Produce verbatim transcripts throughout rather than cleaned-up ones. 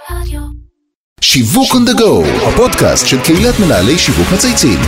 שיווק on the go, הפודקאסט של קהילת מנהלי שיווק מצייצים.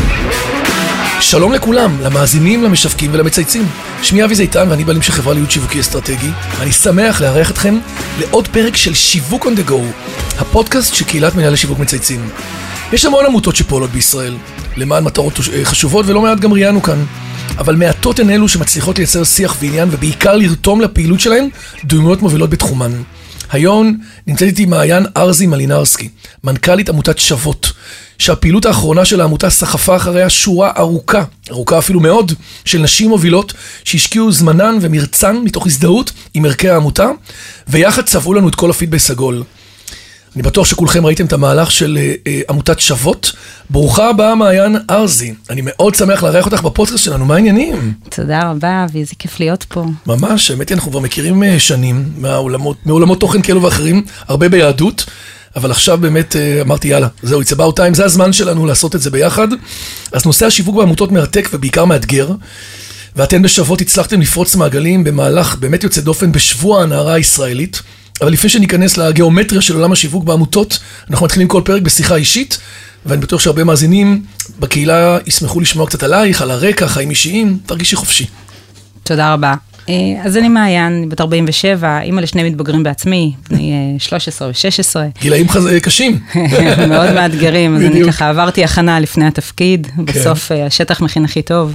שלום לכולם, למאזינים, למשווקים ולמצייצים. שמי אבי זיתן ואני בעלים של חברה לייעוץ שיווקי אסטרטגי. אני שמח לארח אתכם לעוד פרק של שיווק on the go, הפודקאסט של קהילת מנהלי שיווק מצייצים. יש המון עמותות שפועלות בישראל, למען מטרות חשובות ולא מעט גם ראיינו כאן. אבל מעטות הן אלו שמצליחות לייצר שיח ועניין ובעיקר לרתום לפעילות שלהן דמויות מובילות בתחומן. היום נמצאת איתי מעיין ארזי מלינרסקי, מנכ"לית עמותת שוות, שהפעילות האחרונה של העמותה סחפה אחריה שורה ארוכה, ארוכה אפילו מאוד, של נשים מובילות שהשקיעו זמנן ומרצן מתוך הזדהות עם ערכי העמותה, ויחד צבעו לנו את כל הפיד בסגול. אני בטוח שכולכם ראיתם את המהלך של אה, עמותת שוות. ברוכה הבאה מעיין ארזי. אני מאוד שמח לארח אותך בפודקאסט שלנו. מה העניינים? תודה רבה, ואיזה כיף להיות פה. ממש, האמת היא, אנחנו כבר מכירים שנים מהעולמות, מעולמות תוכן כאלו ואחרים, הרבה ביהדות, אבל עכשיו באמת אמרתי, יאללה, זהו, it's about time, זה הזמן שלנו לעשות את זה ביחד. אז נושא השיווק בעמותות מרתק ובעיקר מאתגר, ואתן בשוות הצלחתם לפרוץ מעגלים במהלך באמת יוצא דופן בשבוע הנערה הישראלית. אבל לפני שניכנס לגיאומטריה של עולם השיווק בעמותות, אנחנו מתחילים כל פרק בשיחה אישית, ואני בטוח שהרבה מאזינים בקהילה ישמחו לשמוע קצת עלייך, על הרקע, חיים אישיים, תרגישי חופשי. תודה רבה. אז אני מעיין, בת ארבעים ושבע, אימא לשני מתבגרים בעצמי, בני שלוש עשרה ו-שש עשרה. גילאים קשים. מאוד מאתגרים, אז אני ככה עברתי הכנה לפני התפקיד, בסוף השטח מכין הכי טוב.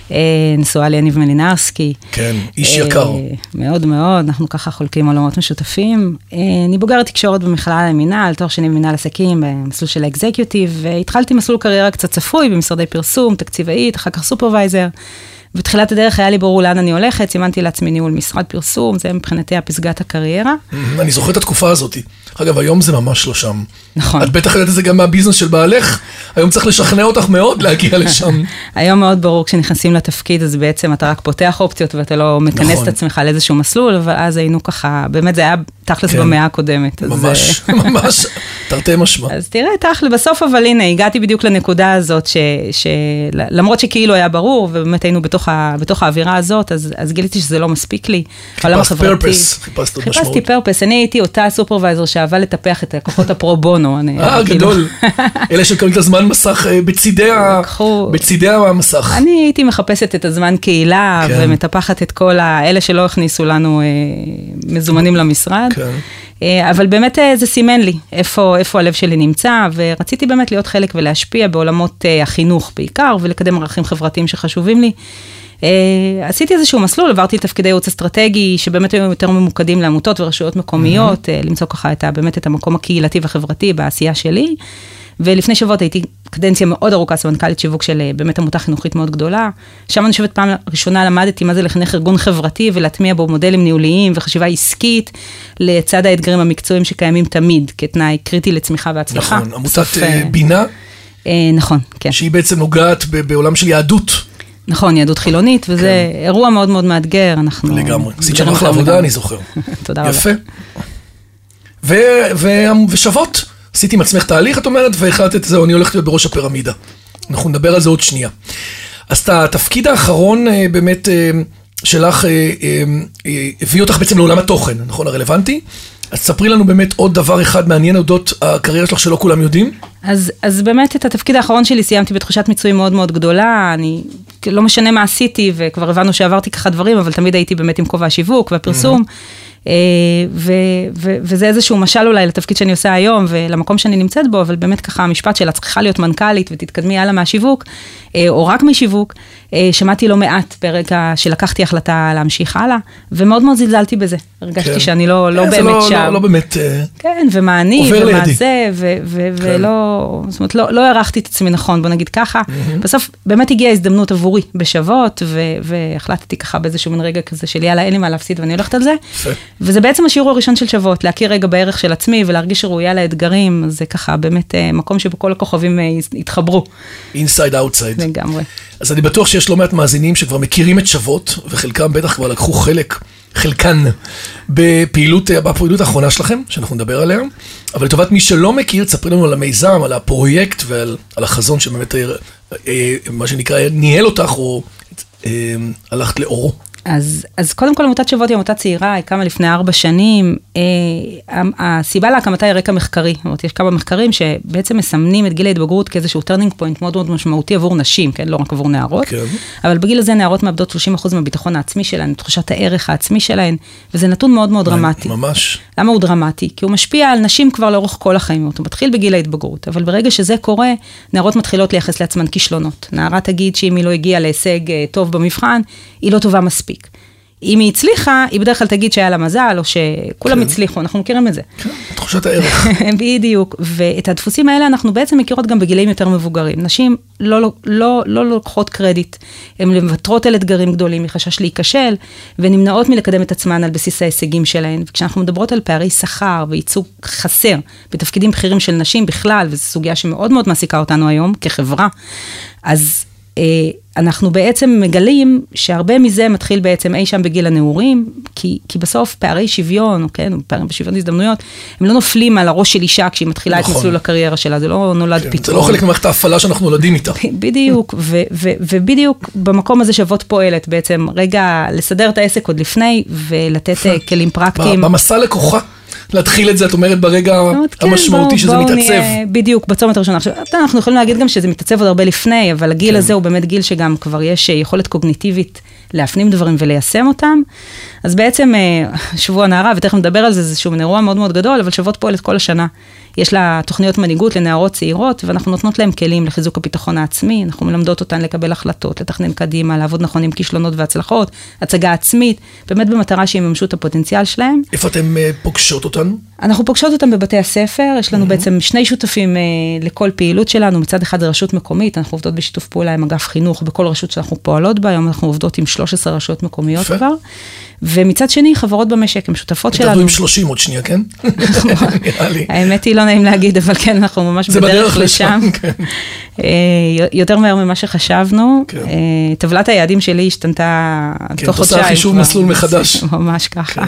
נשואה לי יניב מלינרסקי. כן, איש יקר. מאוד מאוד, אנחנו ככה חולקים עולמות משותפים. אני בוגרת תקשורת במכללה למינהל, תואר שני במינהל עסקים, במסלול של האקזקיוטיב, והתחלתי מסלול קריירה קצת צפוי, במשרדי פרסום, תקציבאית, אחר כך סופרוויזר. בתחילת הדרך היה לי ברור לאן אני הולכת, סימנתי לעצמי ניהול משרד פרסום, זה מבחינתי הפסגת הקריירה. אני זוכר את התקופה הזאת. אגב, היום זה ממש לא שם. נכון. את בטח יודעת את זה גם מהביזנס של בעלך, היום צריך לשכנע אותך מאוד להגיע לשם. היום מאוד ברור, כשנכנסים לתפקיד, אז בעצם אתה רק פותח אופציות, ואתה לא מכנס את עצמך לאיזשהו מסלול, אבל אז היינו ככה, באמת זה היה תכלס במאה הקודמת. ממש, ממש, תרתי משמע. אז תראה, תכלס, בסוף אבל הנה, הגעתי בדיוק לנקודה הזאת, למרות שכאילו היה ברור, ובאמת היינו בתוך האווירה הזאת, אז גיליתי שזה לא מספיק לי. חיפשת פרפס, חיפשת עוד משמעות. חיפשתי פרפס, אני הייתי אותה סופרוויזר שאהבה לטפח את הכוחות הפרו-בונו. אה, גדול. אלה שקוראים את הזמן מסך בצידי המסך. אני הייתי מחפשת את הזמן קהילה, ומטפחת את כל האלה שלא הכניסו לנו מזומנים למשרד. אבל באמת זה סימן לי איפה הלב שלי נמצא, ורציתי באמת להיות חלק ולהשפיע בעולמות החינוך בעיקר, ולקדם ערכים חברתיים שחשובים לי. עשיתי איזשהו מסלול, עברתי לתפקידי ייעוץ אסטרטגי, שבאמת היו יותר ממוקדים לעמותות ורשויות מקומיות, למצוא ככה באמת את המקום הקהילתי והחברתי בעשייה שלי, ולפני שבועות הייתי קדנציה מאוד ארוכה, סמנכ"לית שיווק של באמת עמותה חינוכית מאוד גדולה, שם אני חושבת פעם ראשונה למדתי מה זה לחנך ארגון חברתי, ולהטמיע בו מודלים ניהוליים וחשיבה עסקית, לצד האתגרים המקצועיים שקיימים תמיד, כתנאי קריטי לצמיחה והצלחה. נכון, עמותת בינה. נכון, כן. שהיא בעצם נוגעת בעולם של יהדות. נכון, יהדות חילונית, וזה אירוע מאוד מאוד מאתגר, אנחנו... לגמרי, עשית שם אחלה עבודה, אני זוכר. תודה רבה. יפה. ושוות, עשיתי עם עצמך תהליך, את אומרת, והחלטת, זהו, אני הולכת להיות בראש הפירמידה. אנחנו נדבר על זה עוד שנייה. אז התפקיד האחרון באמת שלך, הביא אותך בעצם לעולם התוכן, נכון, הרלוונטי? אז תספרי לנו באמת עוד דבר אחד מעניין אודות הקריירה שלך שלא כולם יודעים. אז, אז באמת את התפקיד האחרון שלי סיימתי בתחושת מיצוי מאוד מאוד גדולה, אני לא משנה מה עשיתי, וכבר הבנו שעברתי ככה דברים, אבל תמיד הייתי באמת עם כובע השיווק והפרסום, ו, ו, וזה איזשהו משל אולי לתפקיד שאני עושה היום, ולמקום שאני נמצאת בו, אבל באמת ככה המשפט שלה צריכה להיות מנכ"לית, ותתקדמי הלאה מהשיווק, או רק משיווק, שמעתי לא מעט ברגע שלקחתי החלטה להמשיך הלאה, ומאוד מאוד זלזלתי בזה. הרגשתי שאני לא באמת שם. לא באמת... כן, ומה אני, ומה זה, ולא, זאת אומרת, לא הערכתי את עצמי נכון, בוא נגיד ככה. בסוף באמת הגיעה הזדמנות עבורי בשוות, והחלטתי ככה באיזשהו מן רגע כזה של יאללה, אין לי מה להפסיד, ואני הולכת על זה. וזה בעצם השיעור הראשון של שוות, להכיר רגע בערך של עצמי, ולהרגיש שראויה לאתגרים, זה ככה באמת מקום שבו כל הכוכבים יתחברו. Inside, outside. לגמרי. אז אני בטוח שיש לא מעט מאזינים שכבר מכירים את שוות, וחלקם בטח כבר לקחו חלק, חלקן, בפעילות, בפעילות האחרונה שלכם, שאנחנו נדבר עליה. אבל לטובת מי שלא מכיר, תספרי לנו על המיזם, על הפרויקט ועל על החזון שבאמת, מה שנקרא, ניהל אותך או הלכת לאורו. אז, אז קודם כל עמותת שוות היא עמותה צעירה, היא קמה לפני ארבע שנים, אה, הסיבה להקמתה היא רקע מחקרי, זאת אומרת, יש כמה מחקרים שבעצם מסמנים את גיל ההתבגרות כאיזשהו טרנינג פוינט מאוד מאוד משמעותי עבור נשים, כן, לא רק עבור נערות, כן. אבל בגיל הזה נערות מאבדות שלושים אחוז מהביטחון העצמי שלהן, תחושת הערך העצמי שלהן, וזה נתון מאוד מאוד דרמטי. ממש. למה הוא דרמטי? כי הוא משפיע על נשים כבר לאורך כל החיים, הוא מתחיל בגיל ההתבגרות, אבל ברגע שזה קורה, נערות מתחילות לייחס לעצמן כישלונות. נערה תגיד שאם היא לא הגיעה להישג טוב במבחן, היא לא טובה מספיק. אם היא הצליחה, היא בדרך כלל תגיד שהיה לה מזל, או שכולם הצליחו, אנחנו מכירים את זה. כן, תחושת הערך. בדיוק, ואת הדפוסים האלה אנחנו בעצם מכירות גם בגילאים יותר מבוגרים. נשים לא, לא, לא, לא לוקחות קרדיט, הן מוותרות על אתגרים גדולים, מחשש להיכשל, ונמנעות מלקדם את עצמן על בסיס ההישגים שלהן. וכשאנחנו מדברות על פערי שכר וייצוג חסר בתפקידים בכירים של נשים בכלל, וזו סוגיה שמאוד מאוד מעסיקה אותנו היום כחברה, אז אנחנו בעצם מגלים שהרבה מזה מתחיל בעצם אי שם בגיל הנעורים, כי, כי בסוף פערי שוויון, כן, פערים בשוויון הזדמנויות, הם לא נופלים על הראש של אישה כשהיא מתחילה נכון. את מסלול הקריירה שלה, זה לא נולד כן, פתאום. זה לא חלק ממערכת ההפעלה שאנחנו נולדים איתה. בדיוק, ו, ו, ובדיוק במקום הזה שוות פועלת בעצם, רגע לסדר את העסק עוד לפני, ולתת כלים פרקטיים. במסע לקוחה. להתחיל את זה, את אומרת, ברגע המשמעותי שזה מתעצב. בדיוק, בצומת הראשונה. עכשיו, אנחנו יכולים להגיד גם שזה מתעצב עוד הרבה לפני, אבל הגיל הזה הוא באמת גיל שגם כבר יש יכולת קוגניטיבית להפנים דברים וליישם אותם. אז בעצם שבוע נערה, ותכף נדבר על זה, זה שהוא אירוע מאוד מאוד גדול, אבל שוות פועלת כל השנה. יש לה תוכניות מנהיגות לנערות צעירות, ואנחנו נותנות להם כלים לחיזוק הביטחון העצמי, אנחנו מלמדות אותן לקבל החלטות, לתכנן קדימה, לעבוד נכון עם כישלונות והצלחות, הצגה עצמית, באמת במטרה שהם יממשו את הפוטנציאל שלהם. איפה אתם פוגשות אותן? אנחנו פוגשות אותם בבתי הספר, יש לנו בעצם שני שותפים לכל פעילות שלנו, מצד אחד רשות מקומית, אנחנו עובדות בשיתוף פעולה עם אגף חינוך, בכל רשות שאנחנו פועלות בה, היום אנחנו עובדות עם שלוש עשרה רשויות מקומיות כבר, ומצד שני, חברות במשק, הן שותפות שלנו. תעבדו עם שלושים עוד שנייה, כן? האמת היא לא נעים להגיד, אבל כן, אנחנו ממש בדרך לשם. יותר מהר ממה שחשבנו. טבלת היעדים שלי השתנתה תוך חודשיים. תעשה חישוב מסלול מחדש. ממש ככה.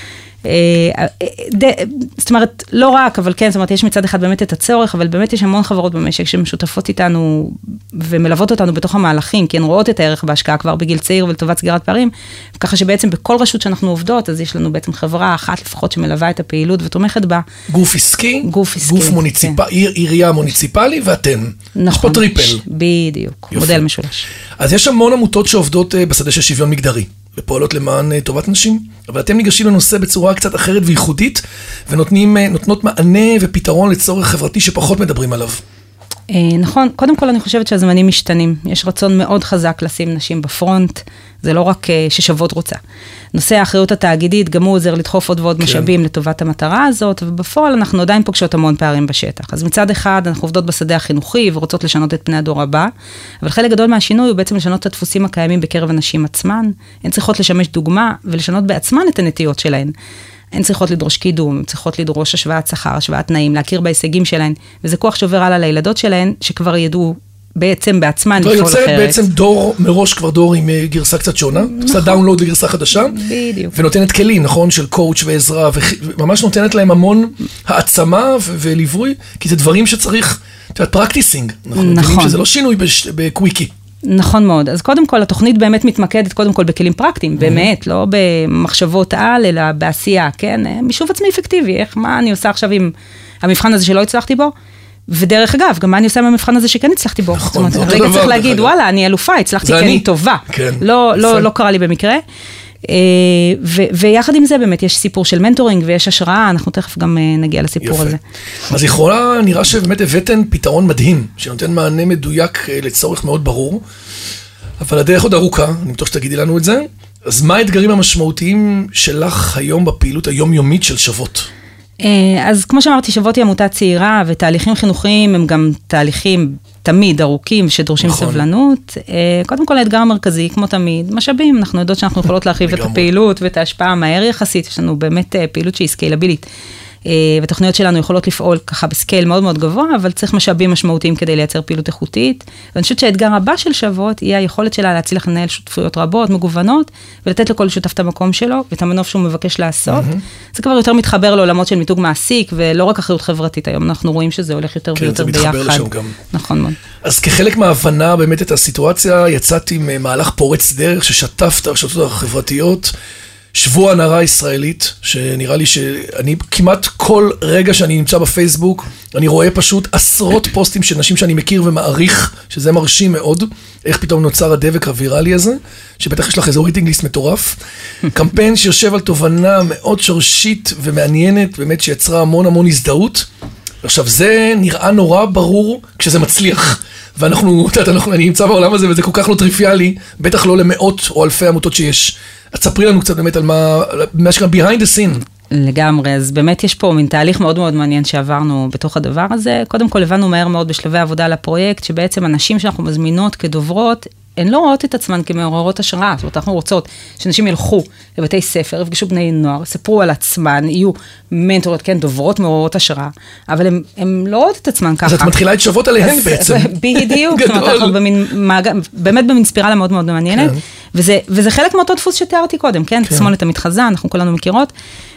זאת אומרת, לא רק, אבל כן, זאת אומרת, יש מצד אחד באמת את הצורך, אבל באמת יש המון חברות במשק שמשותפות איתנו ומלוות אותנו בתוך המהלכים, כי הן רואות את הערך בהשקעה כבר בגיל צעיר ולטובת סגירת פערים, ככה שבעצם בכל רשות שאנחנו עובדות, אז יש לנו בעצם חברה אחת לפחות שמלווה את הפעילות ותומכת בה. גוף עסקי, גוף עסקי, גוף מוניציפלי, עירייה מוניציפלי ואתם. נכון. יש פה טריפל. בדיוק, מודל משולש. אז יש המון עמותות שעובדות בשדה של שוויון מגדרי. ופועלות למען טובת נשים, אבל אתם ניגשים לנושא בצורה קצת אחרת וייחודית, ונותנות מענה ופתרון לצורך חברתי שפחות מדברים עליו. נכון, קודם כל אני חושבת שהזמנים משתנים, יש רצון מאוד חזק לשים נשים בפרונט, זה לא רק ששוות רוצה. נושא האחריות התאגידית, גם הוא עוזר לדחוף עוד ועוד משאבים לטובת המטרה הזאת, ובפועל אנחנו עדיין פוגשות המון פערים בשטח. אז מצד אחד אנחנו עובדות בשדה החינוכי, ורוצות לשנות את פני הדור הבא, אבל חלק גדול מהשינוי הוא בעצם לשנות את הדפוסים הקיימים בקרב הנשים עצמן, הן צריכות לשמש דוגמה, ולשנות בעצמן את הנטיות שלהן. הן צריכות לדרוש קידום, הן צריכות לדרוש השוואת שכר, השוואת תנאים, להכיר בהישגים שלהן, וזה כוח שעובר הלאה לילדות שלהן, שכבר ידעו בעצם בעצמן לפעול אחרת. יוצאת בעצם דור, מראש כבר דור עם גרסה קצת שונה, עושה דאונלוד לגרסה חדשה, ונותנת כלים, נכון, של קואוץ' ועזרה, וממש נותנת להם המון העצמה וליווי, כי זה דברים שצריך, את יודעת, פרקטיסינג, אנחנו מבינים שזה לא שינוי בקוויקי. נכון מאוד. אז קודם כל, התוכנית באמת מתמקדת קודם כל בכלים פרקטיים, באמת, לא במחשבות על, אלא בעשייה, כן? מישוב עצמי אפקטיבי, איך, מה אני עושה עכשיו עם המבחן הזה שלא הצלחתי בו? ודרך אגב, גם מה אני עושה עם המבחן הזה שכן הצלחתי בו? זאת אומרת, רגע צריך להגיד, וואלה, אני אלופה, הצלחתי כי אני טובה. לא קרה לי במקרה. ויחד עם זה באמת יש סיפור של מנטורינג ויש השראה, אנחנו תכף גם נגיע לסיפור הזה. אז יכולה, נראה שבאמת הבאתן פתרון מדהים, שנותן מענה מדויק לצורך מאוד ברור, אבל הדרך עוד ארוכה, אני בטוח שתגידי לנו את זה. אז מה האתגרים המשמעותיים שלך היום בפעילות היומיומית של שוות? אז כמו שאמרתי, שוות היא עמותה צעירה, ותהליכים חינוכיים הם גם תהליכים תמיד ארוכים שדורשים נכון. סבלנות. קודם כל האתגר המרכזי, כמו תמיד, משאבים, אנחנו יודעות שאנחנו יכולות להרחיב את הפעילות ואת ההשפעה מהר יחסית, יש לנו באמת פעילות שהיא סקיילבילית. והתוכניות שלנו יכולות לפעול ככה בסקייל מאוד מאוד גבוה, אבל צריך משאבים משמעותיים כדי לייצר פעילות איכותית. ואני חושבת שהאתגר הבא של שוות, יהיה היכולת שלה להצליח לנהל שותפויות רבות, מגוונות, ולתת לכל שותף את המקום שלו, ואת המנוף שהוא מבקש לעשות. זה כבר יותר מתחבר לעולמות של מיתוג מעסיק, ולא רק אחריות חברתית. היום אנחנו רואים שזה הולך יותר ויותר ביחד. נכון מאוד. אז כחלק מההבנה באמת את הסיטואציה, יצאתי עם מהלך פורץ דרך ששטף את הרשתות החברתיות, שבוע הנערה הישראלית, שנראה לי שאני כמעט כל רגע שאני נמצא בפייסבוק, אני רואה פשוט עשרות פוסטים של נשים שאני מכיר ומעריך, שזה מרשים מאוד, איך פתאום נוצר הדבק הוויראלי הזה, שבטח יש לך איזה ריטינג ליסט מטורף. קמפיין שיושב על תובנה מאוד שורשית ומעניינת, באמת שיצרה המון המון הזדהות. עכשיו זה נראה נורא ברור כשזה מצליח. ואנחנו, אתה יודע, אני נמצא בעולם הזה וזה כל כך לא טריוויאלי, בטח לא למאות או אלפי עמותות שיש. אז ספרי לנו קצת באמת על מה, מה שקרה behind the scene. לגמרי, אז באמת יש פה מין תהליך מאוד מאוד מעניין שעברנו בתוך הדבר הזה. קודם כל הבנו מהר מאוד בשלבי העבודה על הפרויקט, שבעצם אנשים שאנחנו מזמינות כדוברות, הן לא רואות את עצמן כמעוררות השראה, זאת אומרת, אנחנו רוצות שאנשים ילכו לבתי ספר, יפגשו בני נוער, ספרו על עצמן, יהיו מנטורות, כן, דוברות מעוררות השראה, אבל הן לא רואות את עצמן ככה. אז את מתחילה את שוות עליהן בעצם. בדיוק, זאת אומרת, אנחנו באמת במין ספירלה מאוד מאוד מעניינת, וזה חלק מאותו דפוס שתיארתי קודם, כן, שמאלת המתחזה, אנחנו כולנו מכירות,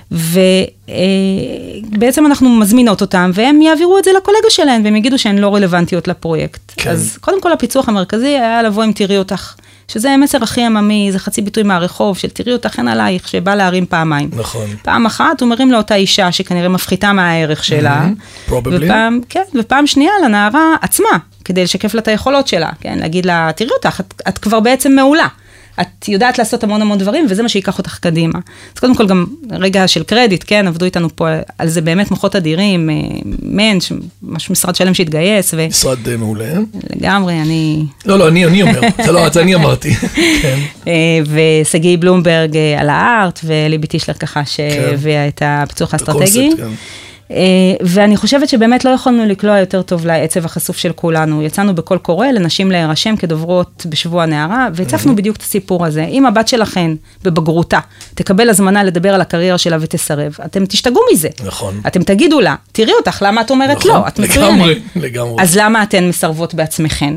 ובעצם אנחנו מזמינות אותם, והם יעבירו את זה לקולגה שלהם, והם יגידו שהן לא רלוונטיות לפרויקט. כן. אז קודם כל הפיצוח המרכזי היה לבוא עם תראי אותך, שזה המסר הכי עממי, זה חצי ביטוי מהרחוב, של תראי אותך אין עלייך, שבא להרים פעמיים. נכון. פעם אחת, אומרים לאותה אישה, שכנראה מפחיתה מהערך שלה, mm-hmm. ופעם, כן, ופעם שנייה לנערה עצמה, כדי לשקף לה את היכולות שלה, כן, להגיד לה, תראי אותך, את, את כבר בעצם מעולה. את יודעת לעשות המון המון דברים, וזה מה שיקח אותך קדימה. אז קודם כל גם רגע של קרדיט, כן, עבדו איתנו פה על זה באמת מוחות אדירים, מנש, משהו משרד שלם שהתגייס. ו... משרד מעולה. לגמרי, אני... לא, לא, אני, אני אומר, זה לא, זה אני אמרתי. כן. וסגי בלומברג על הארט, וליבי טישלר ככה שהביאה את הפיצוח האסטרטגי. כן. ואני חושבת שבאמת לא יכולנו לקלוע יותר טוב לעצב החשוף של כולנו. יצאנו בכל קורא לנשים להירשם כדוברות בשבוע הנערה, והצפנו בדיוק את הסיפור הזה. אם הבת שלכן בבגרותה תקבל הזמנה לדבר על הקריירה שלה ותסרב, אתם תשתגעו מזה. נכון. אתם תגידו לה, תראי אותך, למה את אומרת נכון, לא? את מצוינת. לגמרי, לגמרי. אז למה אתן מסרבות בעצמכן?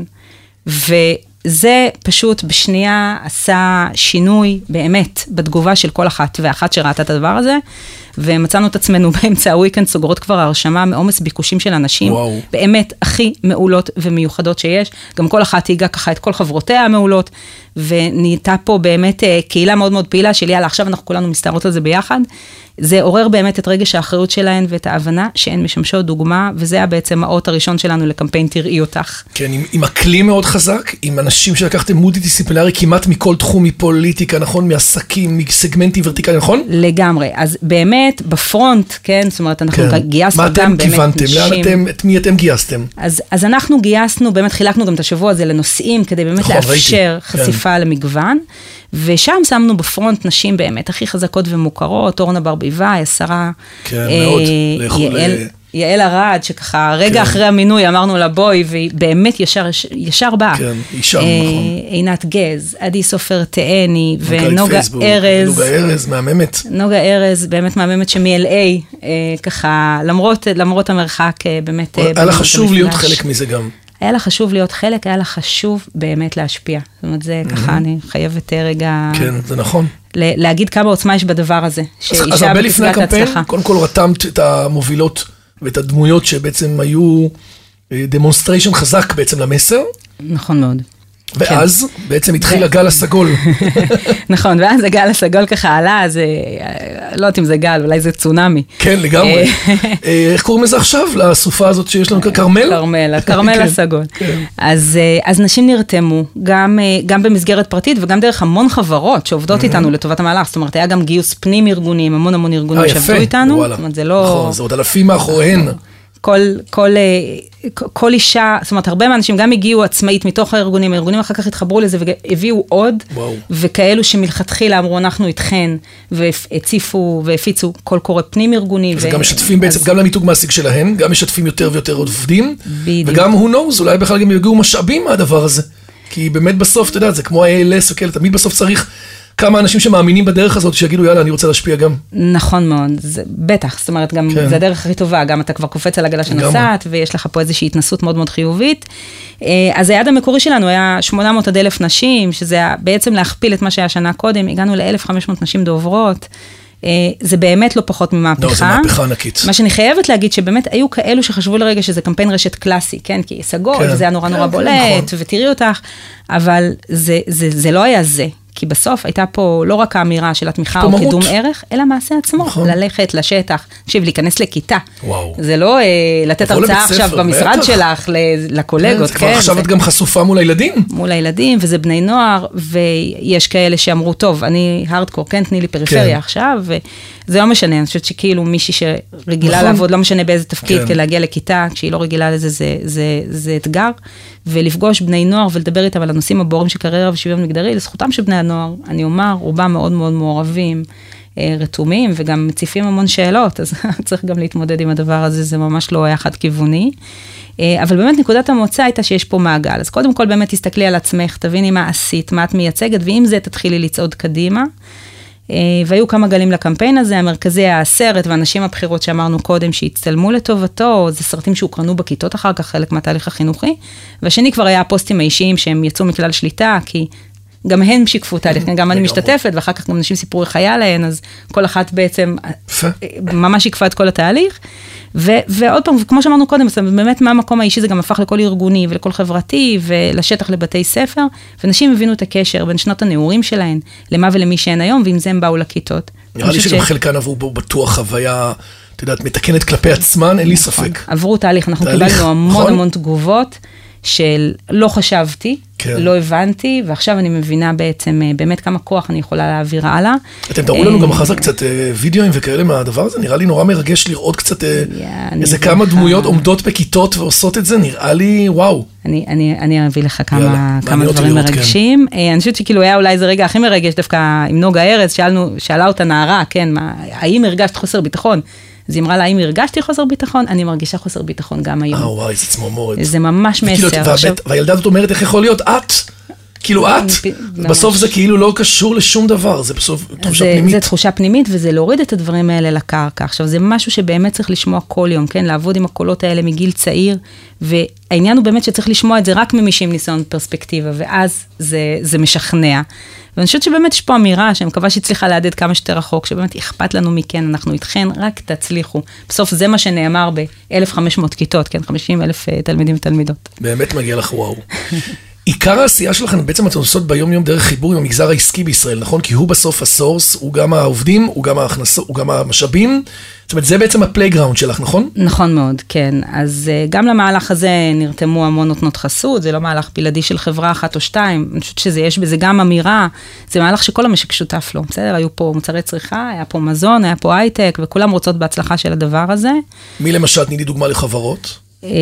וזה פשוט בשנייה עשה שינוי באמת בתגובה של כל אחת ואחת שראתה את הדבר הזה, ומצאנו את עצמנו באמצע הוויקנד סוגרות כבר הרשמה מעומס ביקושים של אנשים, וואו. באמת הכי מעולות ומיוחדות שיש, גם כל אחת היגעה ככה את כל חברותיה המעולות, ונהייתה פה באמת קהילה מאוד מאוד פעילה של יאללה, עכשיו אנחנו כולנו מסתערות על זה ביחד, זה עורר באמת את רגש האחריות שלהן ואת ההבנה שהן משמשות דוגמה, וזה היה בעצם האות הראשון שלנו לקמפיין תראי אותך. כן, עם, עם הכלי מאוד חזק, עם אנשים שלקחתם מולטי דיסציפלינרי כמעט מכל תחום מפוליטיקה, נכון? מעסקים, מסגמנטים ורטיקליים, נכון? לגמרי, אז באמת בפרונט, כן, זאת אומרת, אנחנו כן. גייסנו גם באמת כיוונתם? נשים. לאן אתם, את מי אתם גייסתם? אז, אז אנחנו גייסנו, באמת חילקנו גם את השבוע הזה לנושאים, כדי באמת נכון, לאפשר ראיתי. חשיפה כן. למגוון, ושם שמנו בפרונט נשים באמת הכי חזקות ומוכרות, אורנה ברביבאי, השרה, כן, אה, מאוד, יעל, ל... יעל ארד, שככה רגע כן. אחרי המינוי אמרנו לה בואי, והיא באמת ישר, ישר באה. כן, אישה, אה, נכון. עינת גז, עדי סופר תאני, ונוגה ארז. נוגה ארז, מהממת. נוגה ארז, באמת מהממת שמ-אל איי, אה, ככה, למרות, למרות המרחק, אה, באמת... היה לה חשוב להיות חלק מזה גם. היה לה חשוב להיות חלק, היה לה חשוב באמת להשפיע. זאת אומרת, זה ככה, אני חייבת רגע... כן, זה נכון. להגיד כמה עוצמה יש בדבר הזה. אז הרבה לפני הקמפיין, קודם כל רתמת את המובילות ואת הדמויות שבעצם היו דמונסטריישן חזק בעצם למסר. נכון מאוד. ואז בעצם התחיל הגל הסגול. נכון, ואז הגל הסגול ככה עלה, זה, לא יודעת אם זה גל, אולי זה צונאמי. כן, לגמרי. איך קוראים לזה עכשיו, לסופה הזאת שיש לנו כרמל? כרמל, הכרמל הסגול. אז נשים נרתמו, גם במסגרת פרטית, וגם דרך המון חברות שעובדות איתנו לטובת המהלך, זאת אומרת, היה גם גיוס פנים ארגונים, המון המון ארגונים שעבדו איתנו. נכון, זה עוד אלפים מאחוריהן. כל, כל, כל אישה, זאת אומרת, הרבה מהאנשים גם הגיעו עצמאית מתוך הארגונים, הארגונים אחר כך התחברו לזה והביאו עוד, וואו. וכאלו שמלכתחילה אמרו, אנחנו איתכן, והציפו והפיצו כל קורא פנים ארגוני. וגם משתפים בעצם, גם למיתוג מעסיק שלהם, גם משתפים יותר ויותר עובדים, וגם who knows, אולי בכלל גם יגיעו משאבים מהדבר הזה, כי באמת בסוף, אתה יודע, זה כמו ה-איי אל אס, וכאלה, תמיד בסוף צריך כמה אנשים שמאמינים בדרך הזאת, שיגידו, יאללה, אני רוצה להשפיע גם. נכון מאוד, זה, בטח, זאת אומרת, גם כן. זה הדרך הכי טובה, גם אתה כבר קופץ על הגלה שנוסעת, ויש לך פה איזושהי התנסות מאוד מאוד חיובית. אז היעד המקורי שלנו היה שמונה מאות עד אלף נשים, שזה היה בעצם להכפיל את מה שהיה שנה קודם, הגענו ל-אלף וחמש מאות נשים דוברות, זה באמת לא פחות ממהפכה. לא, זה מהפכה ענקית. מה שאני חייבת להגיד, שבאמת היו כאלו שחשבו לרגע שזה קמפיין רשת קלאסי, כן? כי סגול, וזה היה נורא נורא בולט, ותראי אותך, אבל זה, זה, זה לא היה זה. כי בסוף הייתה פה לא רק האמירה של התמיכה או קידום ערך, אלא מעשה עצמו, ללכת לשטח, תקשיב, להיכנס לכיתה. זה לא לתת הרצאה עכשיו במשרד שלך לקולגות. זה כבר עכשיו את גם חשופה מול הילדים. מול הילדים, וזה בני נוער, ויש כאלה שאמרו, טוב, אני הארדקור, כן, תני לי פריפריה עכשיו, וזה לא משנה, אני חושבת שכאילו מישהי שרגילה לעבוד, לא משנה באיזה תפקיד, כדי להגיע לכיתה, כשהיא לא רגילה לזה, זה אתגר, ולפגוש בני נוער ולדבר איתם על הנושאים הבוערים של קריירה ושוויון מגדרי, לזכותם של בני הנוער, אני אומר, רובם מאוד מאוד מעורבים, רתומים, וגם מציפים המון שאלות, אז צריך גם להתמודד עם הדבר הזה, זה ממש לא היה חד כיווני. אבל באמת נקודת המוצא הייתה שיש פה מעגל, אז קודם כל באמת תסתכלי על עצמך, תביני מה עשית, מה את מייצגת, ועם זה תתחילי לצעוד קדימה. והיו כמה גלים לקמפיין הזה, המרכזי הסרט והנשים הבחירות שאמרנו קודם שהצטלמו לטובתו, זה סרטים שהוקרנו בכיתות אחר כך, חלק מהתהליך החינוכי, והשני כבר היה הפוסטים האישיים שהם יצאו מכלל שליטה, כי גם הן שיקפו תהליך, גם אני משתתפת, ואחר כך גם אנשים סיפרו איך היה להן, אז כל אחת בעצם ממש שיקפה את כל התהליך, ועוד פעם, כמו שאמרנו קודם, באמת מהמקום האישי זה גם הפך לכל ארגוני ולכל חברתי, ולשטח לבתי ספר, ואנשים הבינו את הקשר בין שנות הנעורים שלהן, למה ולמי שהן היום, ועם זה הם באו לכיתות. נראה לי שגם חלקן עברו בו בטוח חוויה, אתה יודעת, מתקנת כלפי עצמן, אין לי ספק. עברו תהליך, אנחנו קיבלנו המון המון תגובות, של לא חשבתי, כן. לא הבנתי, ועכשיו אני מבינה בעצם באמת כמה כוח אני יכולה להעביר הלאה. אתם תראו לנו גם אחרי זה קצת וידאוים וכאלה מהדבר הזה, נראה לי נורא מרגש לראות קצת איזה כמה דמויות עומדות בכיתות ועושות את זה, נראה לי וואו. אני, אני, אני אביא לך כמה, כמה דברים מרגשים. כן. אני חושבת שכאילו היה אולי זה רגע הכי מרגש, דווקא עם נוגה ארץ, שאלנו, שאלה אותה נערה, כן, מה, האם הרגשת חוסר ביטחון? אז היא אמרה לה, האם הרגשתי חוסר ביטחון? אני מרגישה חוסר ביטחון גם היום. אה, וואי, זה צמרמורת. זה ממש מסר. והילדה הזאת אומרת, איך יכול להיות את? כאילו את? בסוף זה כאילו לא קשור לשום דבר, זה בסוף תחושה פנימית. זה תחושה פנימית, וזה להוריד את הדברים האלה לקרקע. עכשיו, זה משהו שבאמת צריך לשמוע כל יום, כן? לעבוד עם הקולות האלה מגיל צעיר, והעניין הוא באמת שצריך לשמוע את זה רק ממי שעם ניסיון פרספקטיבה, ואז זה, זה משכנע. ואני חושבת שבאמת יש פה אמירה, שאני מקווה שהצליחה להדד כמה שיותר רחוק, שבאמת אכפת לנו מכן, אנחנו איתכן, רק תצליחו. בסוף זה מה שנאמר ב-אלף וחמש מאות כיתות, כן? חמישים אלף תלמידים ותלמידות. באמת מגיע לך וואו. עיקר העשייה שלכם, בעצם אתם עושות ביום יום דרך חיבור עם המגזר העסקי בישראל, נכון? כי הוא בסוף הסורס, הוא גם העובדים, הוא גם ההכנסות, הוא גם המשאבים. זאת אומרת, זה בעצם הפלייגראונד שלך, נכון? נכון מאוד, כן. אז גם למהלך הזה נרתמו המון נותנות חסות, זה לא מהלך בלעדי של חברה אחת או שתיים, אני חושבת שזה יש בזה גם אמירה, זה מהלך שכל המשק שותף לו, בסדר? היו פה מוצרי צריכה, היה פה מזון, היה פה הייטק, וכולם רוצות בהצלחה של הדבר הזה. מי למשל, תני לי דוגמה לחברות?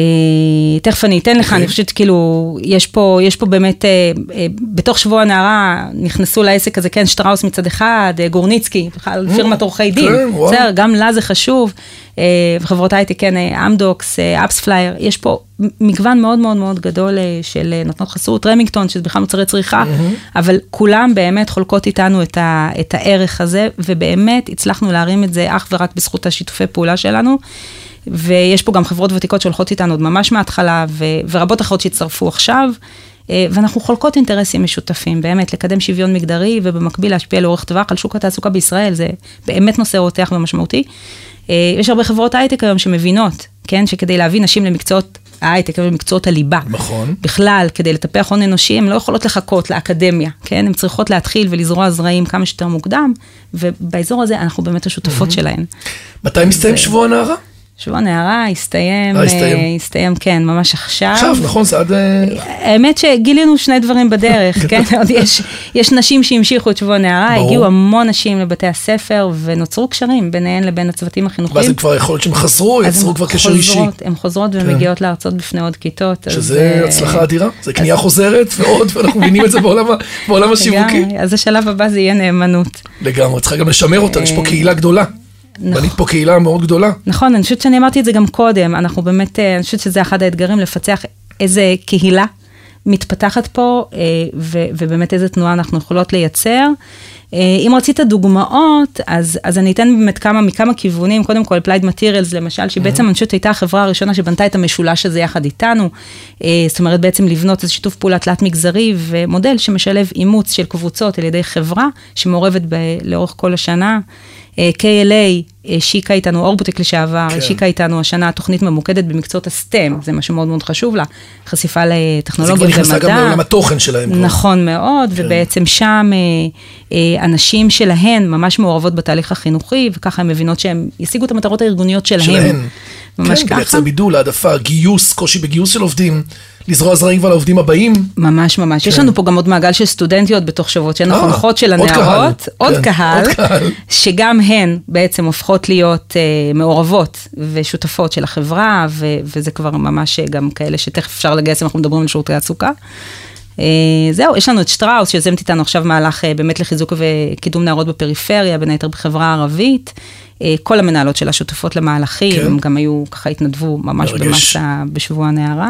תכף אני אתן לך, אני חושבת כאילו, יש פה, יש פה באמת, בתוך שבוע הנערה, נכנסו לעסק הזה, כן, שטראוס מצד אחד, גורניצקי, בכלל פירמת עורכי דין, בסדר, גם לה זה חשוב, וחברות הייטק, כן, אמדוקס, אפס פלייר, יש פה מגוון מאוד מאוד מאוד גדול של נותנות חסות, רמינגטון, שזה בכלל מוצרי צריכה, אבל כולם באמת חולקות איתנו את הערך הזה, ובאמת הצלחנו להרים את זה אך ורק בזכות השיתופי פעולה שלנו, ויש פה גם חברות ותיקות שהולכות איתנו עוד ממש מההתחלה, ו- ורבות אחרות שהצטרפו עכשיו, ואנחנו חולקות אינטרסים משותפים, באמת, לקדם שוויון מגדרי, ובמקביל להשפיע לאורך טווח על שוק התעסוקה בישראל, זה באמת נושא רותח ומשמעותי. יש הרבה חברות הייטק היום שמבינות, כן, שכדי להביא נשים למקצועות ההייטק, למקצועות הליבה, נכון. בכלל, כדי לטפח הון אנושי, הן לא יכולות לחכות לאקדמיה, כן, הן צריכות להתחיל ולזרוע זרעים כמה שיותר מוקדם, ובאזור הזה אנחנו באמת השותפות שלהן. מתי מסתיים שבוע הנערה? שבוע נערה, הסתיים, הסתיים, כן, ממש עכשיו. עכשיו, נכון, זה עד... האמת שגילינו שני דברים בדרך, כן, עוד יש, יש נשים שהמשיכו את שבוע נערה, הגיעו המון נשים לבתי הספר, ונוצרו קשרים ביניהן לבין הצוותים החינוכיים. ואז הם כבר יכול להיות שהם חזרו, יצרו כבר קשר אישי. הן חוזרות ומגיעות לארצות בפני עוד כיתות. שזה הצלחה אדירה, זה קנייה חוזרת ועוד, ואנחנו מבינים את זה בעולם השיווקי. אז השלב הבא זה יהיה נאמנות. לגמרי, צריכה גם לשמר אותה, יש פה קהילה גדולה. בנית פה קהילה מאוד גדולה. נכון, אני חושבת שאני אמרתי את זה גם קודם, אנחנו באמת, אני חושבת שזה אחד האתגרים, לפצח איזה קהילה מתפתחת פה, ובאמת איזה תנועה אנחנו יכולות לייצר, אם רצית דוגמאות, אז, אז אני אתן באמת כמה, מכמה כיוונים, קודם כל, Applied Materials למשל, שבעצם אני חושבת הייתה החברה הראשונה שבנתה את המשולש הזה יחד איתנו, זאת אומרת בעצם לבנות איזה שיתוף פעולה תלת מגזרי, ומודל שמשלב אימוץ של קבוצות על ידי חברה, שמעורבת ב, לאורך כל השנה, קיי אל איי, שיקה איתנו, אורבוטק לשעבר, כן. שיקה איתנו השנה, תוכנית ממוקדת במקצועות הסטם, זה משהו מאוד מאוד חשוב לה, חשיפה לטכנולוגיה ומדע. זה כבר נכנסה גם לעולם התוכן שלהם. נכון מאוד, כן. ובעצם שם אנשים שלהן ממש מעורבות בתהליך החינוכי, וככה הן מבינות שהן ישיגו את המטרות הארגוניות שלהן. שלהן. ממש כן, ככה. לייצר בידול, העדפה, גיוס, קושי בגיוס של עובדים, לזרוע זרעים כבר לעובדים הבאים. ממש ממש. כן. יש לנו פה גם עוד מעגל של סטודנטיות בתוך שבועות, שהן החונכות של הנערות, עוד קהל, עוד קהל, שגם הן בעצם הופכות להיות uh, מעורבות ושותפות של החברה, ו- וזה כבר ממש גם כאלה שתכף אפשר לגייס, אנחנו מדברים על שירותי הצוקה. Uh, זהו, יש לנו את שטראוס, שיזמת איתנו עכשיו מהלך uh, באמת לחיזוק וקידום נערות בפריפריה, בין היתר בחברה הערבית. Uh, כל המנהלות שלה שותפות למהלכים, כן. הם גם היו ככה התנדבו ממש במסע בשבוע הנערה.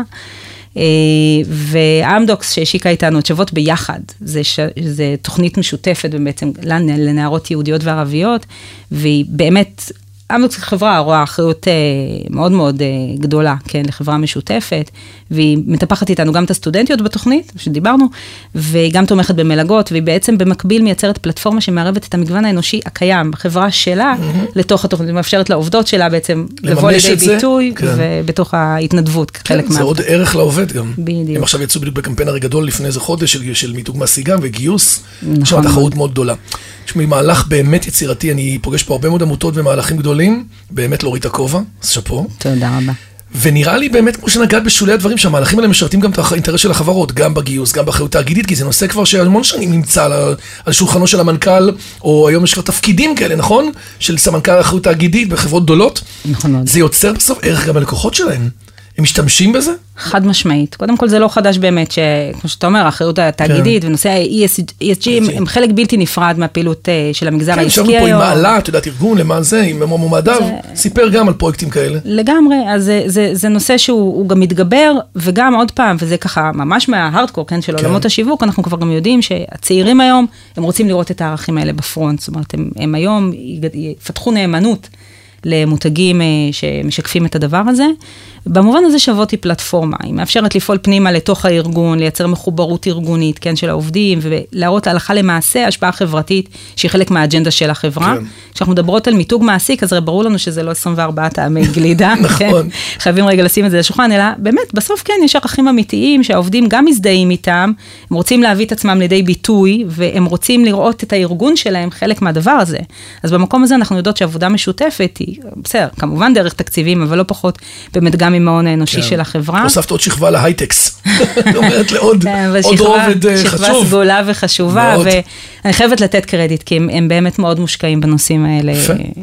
ואמדוקס שהשיקה איתנו את שוות ביחד, זה, ש... זה תוכנית משותפת בעצם לנערות יהודיות וערביות, והיא באמת, אמדוקס חברה רואה אחריות מאוד מאוד גדולה, כן, לחברה משותפת, והיא מטפחת איתנו גם את הסטודנטיות בתוכנית, שדיברנו, והיא גם תומכת במלגות, והיא בעצם במקביל מייצרת פלטפורמה שמערבת את המגוון האנושי הקיים, בחברה שלה, mm-hmm. לתוך התוכנית, מאפשרת לעובדות שלה בעצם, לבוא לידי ביטוי, כן. ובתוך ההתנדבות, כן, חלק מה... זה עוד ערך לעובד גם. בדיוק. הם עכשיו יצאו בדיוק בקמפיין הרי גדול לפני איזה חודש, של, של מיתוג מעשי גם, וגיוס, נכון. שם התחרות מאוד גדולה. תשמעי, מהלך באמת יצירתי, אני פוגש פה הרבה מאוד עמותות ומהלכים גדולים, באמת להוריד את הכובע, אז שפו. תודה רבה. ונראה לי באמת, כמו שנגעת בשולי הדברים, שהמהלכים האלה משרתים גם את האינטרס של החברות, גם בגיוס, גם באחריות תאגידית, כי זה נושא כבר שהמון שנים נמצא על, על שולחנו של המנכ"ל, או היום יש כבר תפקידים כאלה, נכון? של סמנכ"ל האחריות תאגידית בחברות גדולות. נכון מאוד. זה יוצר בסוף ערך גם ללקוחות שלהם. הם משתמשים בזה? חד משמעית. קודם כל זה לא חדש באמת, שכמו שאתה אומר, האחריות התאגידית ונושא ה-אי אס ג'י הם חלק בלתי נפרד מהפעילות של המגזר העסקי. כן, ישבנו פה עם מעלה, את יודעת, ארגון למען זה, עם מועמדיו, סיפר גם על פרויקטים כאלה. לגמרי, אז זה נושא שהוא גם מתגבר, וגם עוד פעם, וזה ככה ממש מההארדקור, כן, של עולמות השיווק, אנחנו כבר גם יודעים שהצעירים היום, הם רוצים לראות את הערכים האלה בפרונט, זאת אומרת, הם היום יפתחו נאמנות למותגים שמשקפים את הדבר הזה. במובן הזה שוות היא פלטפורמה, היא מאפשרת לפעול פנימה לתוך הארגון, לייצר מחוברות ארגונית, כן, של העובדים, ולהראות להלכה למעשה השפעה חברתית, שהיא חלק מהאג'נדה של החברה. כן. כשאנחנו מדברות על מיתוג מעסיק, אז ברור לנו שזה לא עשרים וארבעה טעמי גלידה, נכון. כן? חייבים רגע לשים את זה לשולחן, אלא באמת, בסוף כן, יש ערכים אמיתיים, שהעובדים גם מזדהים איתם, הם רוצים להביא את עצמם לידי ביטוי, והם רוצים לראות את הארגון שלהם חלק מהדבר הזה. אז במקום הזה אנחנו יודעות שעבודה משותפת היא, בסדר, כמובן דרך תקציבים, אבל לא פחות באמת גם עם ההון האנושי של החברה. הוספת עוד שכבה להייטקס. זאת אומרת, לעוד רובד חשוב. שכבה סגולה וחשובה, ואני חייבת לתת קרדיט, כי הם באמת מאוד מושקעים בנושאים האלה,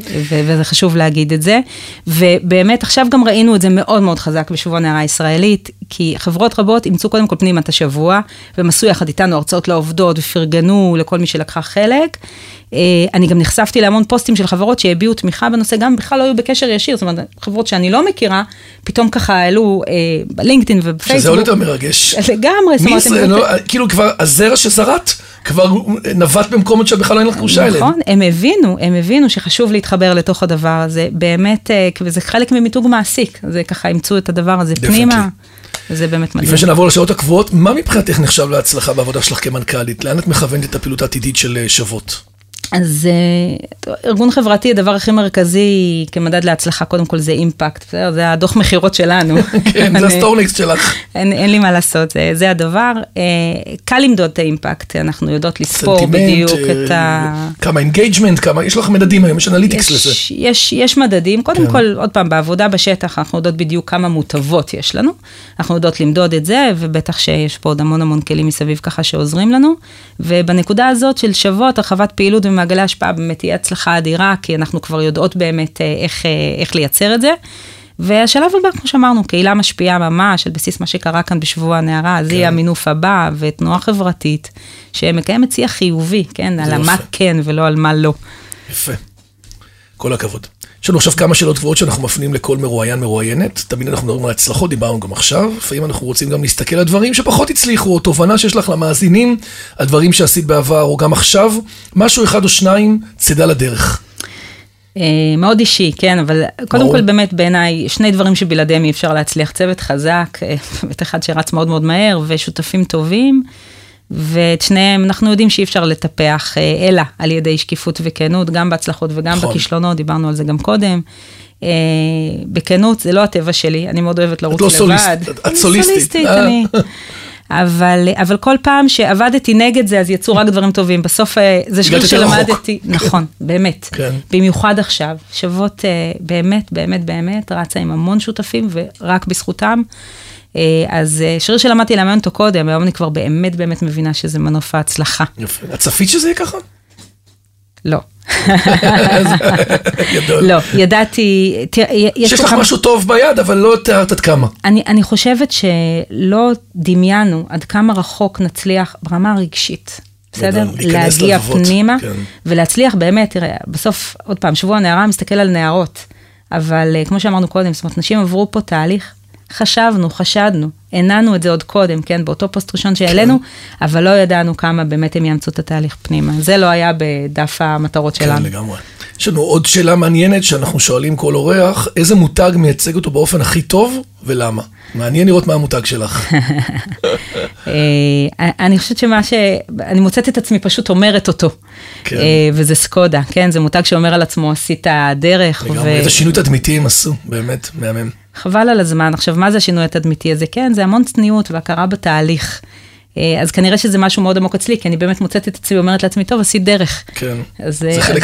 וזה חשוב להגיד את זה. ובאמת, עכשיו גם ראינו את זה מאוד מאוד חזק בשבוע הנערה הישראלית, כי חברות רבות אימצו קודם כל פנימה את השבוע, והם עשו יחד איתנו הרצאות לעובדות, ופרגנו לכל מי שלקחה חלק. אני גם נחשפתי להמון פוסטים של חברות שהביעו תמיכה בנושא, גם בכלל לא היו בקשר ישיר, זאת אומרת, חברות שאני לא מכירה, פתאום ככה העלו בלינקדאין ובפייסבוק. שזה עוד יותר מרגש. לגמרי. מי ישראל, כאילו כבר הזרע שזרת, כבר נבט במקומות שבכלל אין לך קרושה אליהם. נכון, הם הבינו, הם הבינו שחשוב להתחבר לתוך הדבר הזה, באמת, וזה חלק ממיתוג מעסיק, זה ככה ימצאו את הדבר הזה פנימה. זה באמת מדהים. לפני שנעבור לשעות הקבועות, מה מבחינתך נחשב להצלחה בעבודה שלך כמנכ"לית? לאן את מכוונת את הפעילות העתידית של שוות? אז ארגון חברתי, הדבר הכי מרכזי כמדד להצלחה, קודם כל זה אימפקט, זה הדוח מחירות שלנו. כן, זה הסטורניקס שלך. אין לי מה לעשות, זה הדבר. קל למדוד את האימפקט, אנחנו יודעות לספור בדיוק את ה... כמה אינגייג'מנט, כמה, יש לך מדדים היום, יש אנליטיקס לזה. יש מדדים, קודם כל, עוד פעם, בעבודה בשטח, אנחנו יודעות בדיוק כמה מוטבות יש לנו, אנחנו יודעות למדוד את זה, ובטח שיש פה עוד המון המון כלים מסביב ככה שעוזרים לנו, ובנקודה הזאת של שוות, הרחבת פעילות מעגלי השפעה באמת תהיה הצלחה אדירה, כי אנחנו כבר יודעות באמת איך, איך לייצר את זה. והשלב הבא, כמו שאמרנו, קהילה משפיעה ממש, על בסיס מה שקרה כאן בשבוע הנערה, אז היא המינוף הבא, ותנועה חברתית, שמקיימת שיח חיובי, כן, על מה כן ולא על מה לא. יפה. כל הכבוד. יש לנו עכשיו כמה שאלות קבועות שאנחנו מפנים לכל מרואיין מרואיינת. תמיד אנחנו מדברים על הצלחות, דיברנו גם עכשיו. לפעמים אנחנו רוצים גם להסתכל על דברים שפחות הצליחו, או תובנה שיש לך למאזינים, על דברים שעשית בעבר, או גם עכשיו. משהו אחד או שניים, צידה לדרך. מאוד אישי, כן, אבל קודם כל באמת בעיניי, שני דברים שבלעדיהם אי אפשר להצליח. צוות חזק, ואת אחד שרץ מאוד מאוד מהר, ושותפים טובים. ואת שניהם אנחנו יודעים שאי אפשר לטפח, אלא על ידי שקיפות וכנות, גם בהצלחות וגם נכון. בכישלונות, דיברנו על זה גם קודם. בכנות זה לא הטבע שלי, אני מאוד אוהבת לרוץ לא לבד. סוליסט, את אני סוליסטית. סוליסטית, אני... אבל, אבל כל פעם שעבדתי נגד זה, אז יצאו רק דברים טובים. בסוף זה שיר שלמדתי, נכון, באמת. כן. במיוחד עכשיו, שוות באמת, באמת, באמת, רצה עם המון שותפים ורק בזכותם. אז שיר שלמדתי לאמן אותו קודם, היום אני כבר באמת באמת מבינה שזה מנוף ההצלחה. יפה. את צפית שזה יהיה ככה? לא. גדול. לא, ידעתי... שיש לך משהו טוב ביד, אבל לא תיארת עד כמה. אני חושבת שלא דמיינו עד כמה רחוק נצליח ברמה הרגשית. בסדר? להגיע פנימה, ולהצליח באמת, תראה, בסוף, עוד פעם, שבוע הנערה מסתכל על נערות, אבל כמו שאמרנו קודם, זאת אומרת, נשים עברו פה תהליך, חשבנו, חשדנו, עיננו את זה עוד קודם, כן, באותו פוסט ראשון שהעלינו, אבל לא ידענו כמה באמת הם יאמצו את התהליך פנימה. זה לא היה בדף המטרות שלנו. כן, לגמרי. יש לנו עוד שאלה מעניינת שאנחנו שואלים כל אורח, איזה מותג מייצג אותו באופן הכי טוב ולמה? מעניין לראות מה המותג שלך. אני חושבת שמה ש... אני מוצאת את עצמי פשוט אומרת אותו. וזה סקודה, כן? זה מותג שאומר על עצמו, עשית דרך. לגמרי, איזה שינוי תדמיתי הם עשו, באמת, מהמם. חבל על הזמן. עכשיו, מה זה השינוי התדמיתי הזה? כן, זה המון צניעות והכרה בתהליך. אז כנראה שזה משהו מאוד עמוק אצלי, כי אני באמת מוצאת את עצמי, אומרת לעצמי, טוב, עשית דרך. כן, זה חלק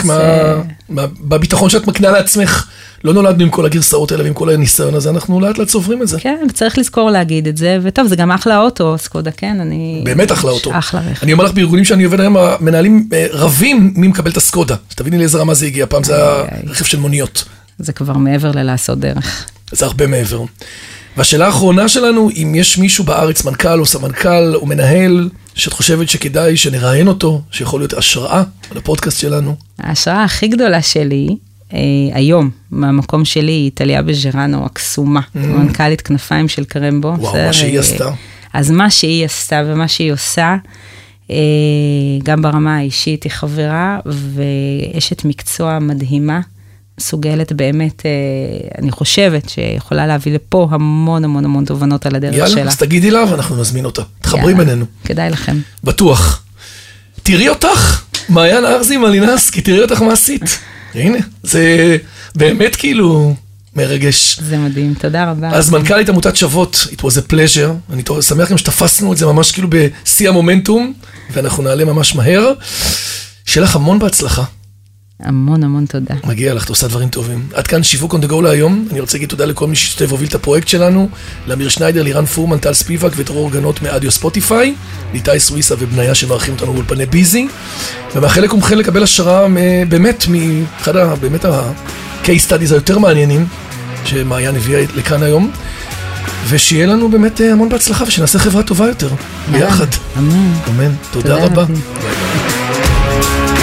בביטחון שאת מקנה לעצמך. לא נולדנו עם כל הגרסאות האלה ועם כל הניסיון הזה, אנחנו לאט לאט צוברים את זה. כן, צריך לזכור להגיד את זה, וטוב, זה גם אחלה אוטו, סקודה, כן, אני... באמת אחלה אוטו. אחלה רכב. אני אומר לך, בארגונים שאני עובד היום, המנהלים רבים מי מקבל את הסקודה. שתביני לאיזה רמה זה הגיע, פעם זה הרכב של מוניות. זה כבר מעבר ללעשות דרך. זה הרבה מעבר. והשאלה האחרונה שלנו, אם יש מישהו בארץ, מנכ"ל או סמנכ"ל או מנהל, שאת חושבת שכדאי שנראיין אותו, שיכול להיות השראה על הפודקאסט שלנו. ההשראה הכי גדולה שלי, אה, היום, מהמקום שלי, היא טליה בז'רנו, הקסומה, mm. מנכ"לית כנפיים של קרמבו. וואו, זה, מה שהיא עשתה. אז מה שהיא עשתה ומה שהיא עושה, אה, גם ברמה האישית היא חברה, ואשת מקצוע מדהימה, מסוגלת באמת, אני חושבת שיכולה להביא לפה המון המון המון תובנות על הדרך שלה. יאללה, אז תגידי לה ואנחנו נזמין אותה. תחברי בינינו. כדאי לכם. בטוח. תראי אותך, מעיין ארזי מלינסקי, תראי אותך מה עשית. הנה, זה באמת כאילו מרגש. זה מדהים, תודה רבה. אז מנכ"לית עמותת שוות, it was a pleasure. אני שמח גם שתפסנו את זה ממש כאילו בשיא המומנטום, ואנחנו נעלה ממש מהר. שיהיה לך המון בהצלחה. המון המון תודה. מגיע לך, אתה עושה דברים טובים. עד כאן שיווק on the go להיום. אני רוצה להגיד תודה לכל מי ששתף והוביל את הפרויקט שלנו, לאמיר שניידר, לירן פורמן, טל ספיבק ודרור גנות מאדיו ספוטיפיי, ליטאי סוויסה ובניה שמארחים אותנו באולפני ביזי, ומאחל לכולכם לקבל השראה באמת מאחד ה... באמת ה-case studies היותר מעניינים שמעיין הביאה לכאן היום, ושיהיה לנו באמת המון בהצלחה ושנעשה חברה טובה יותר ביחד. אמן. אמן. תודה רבה.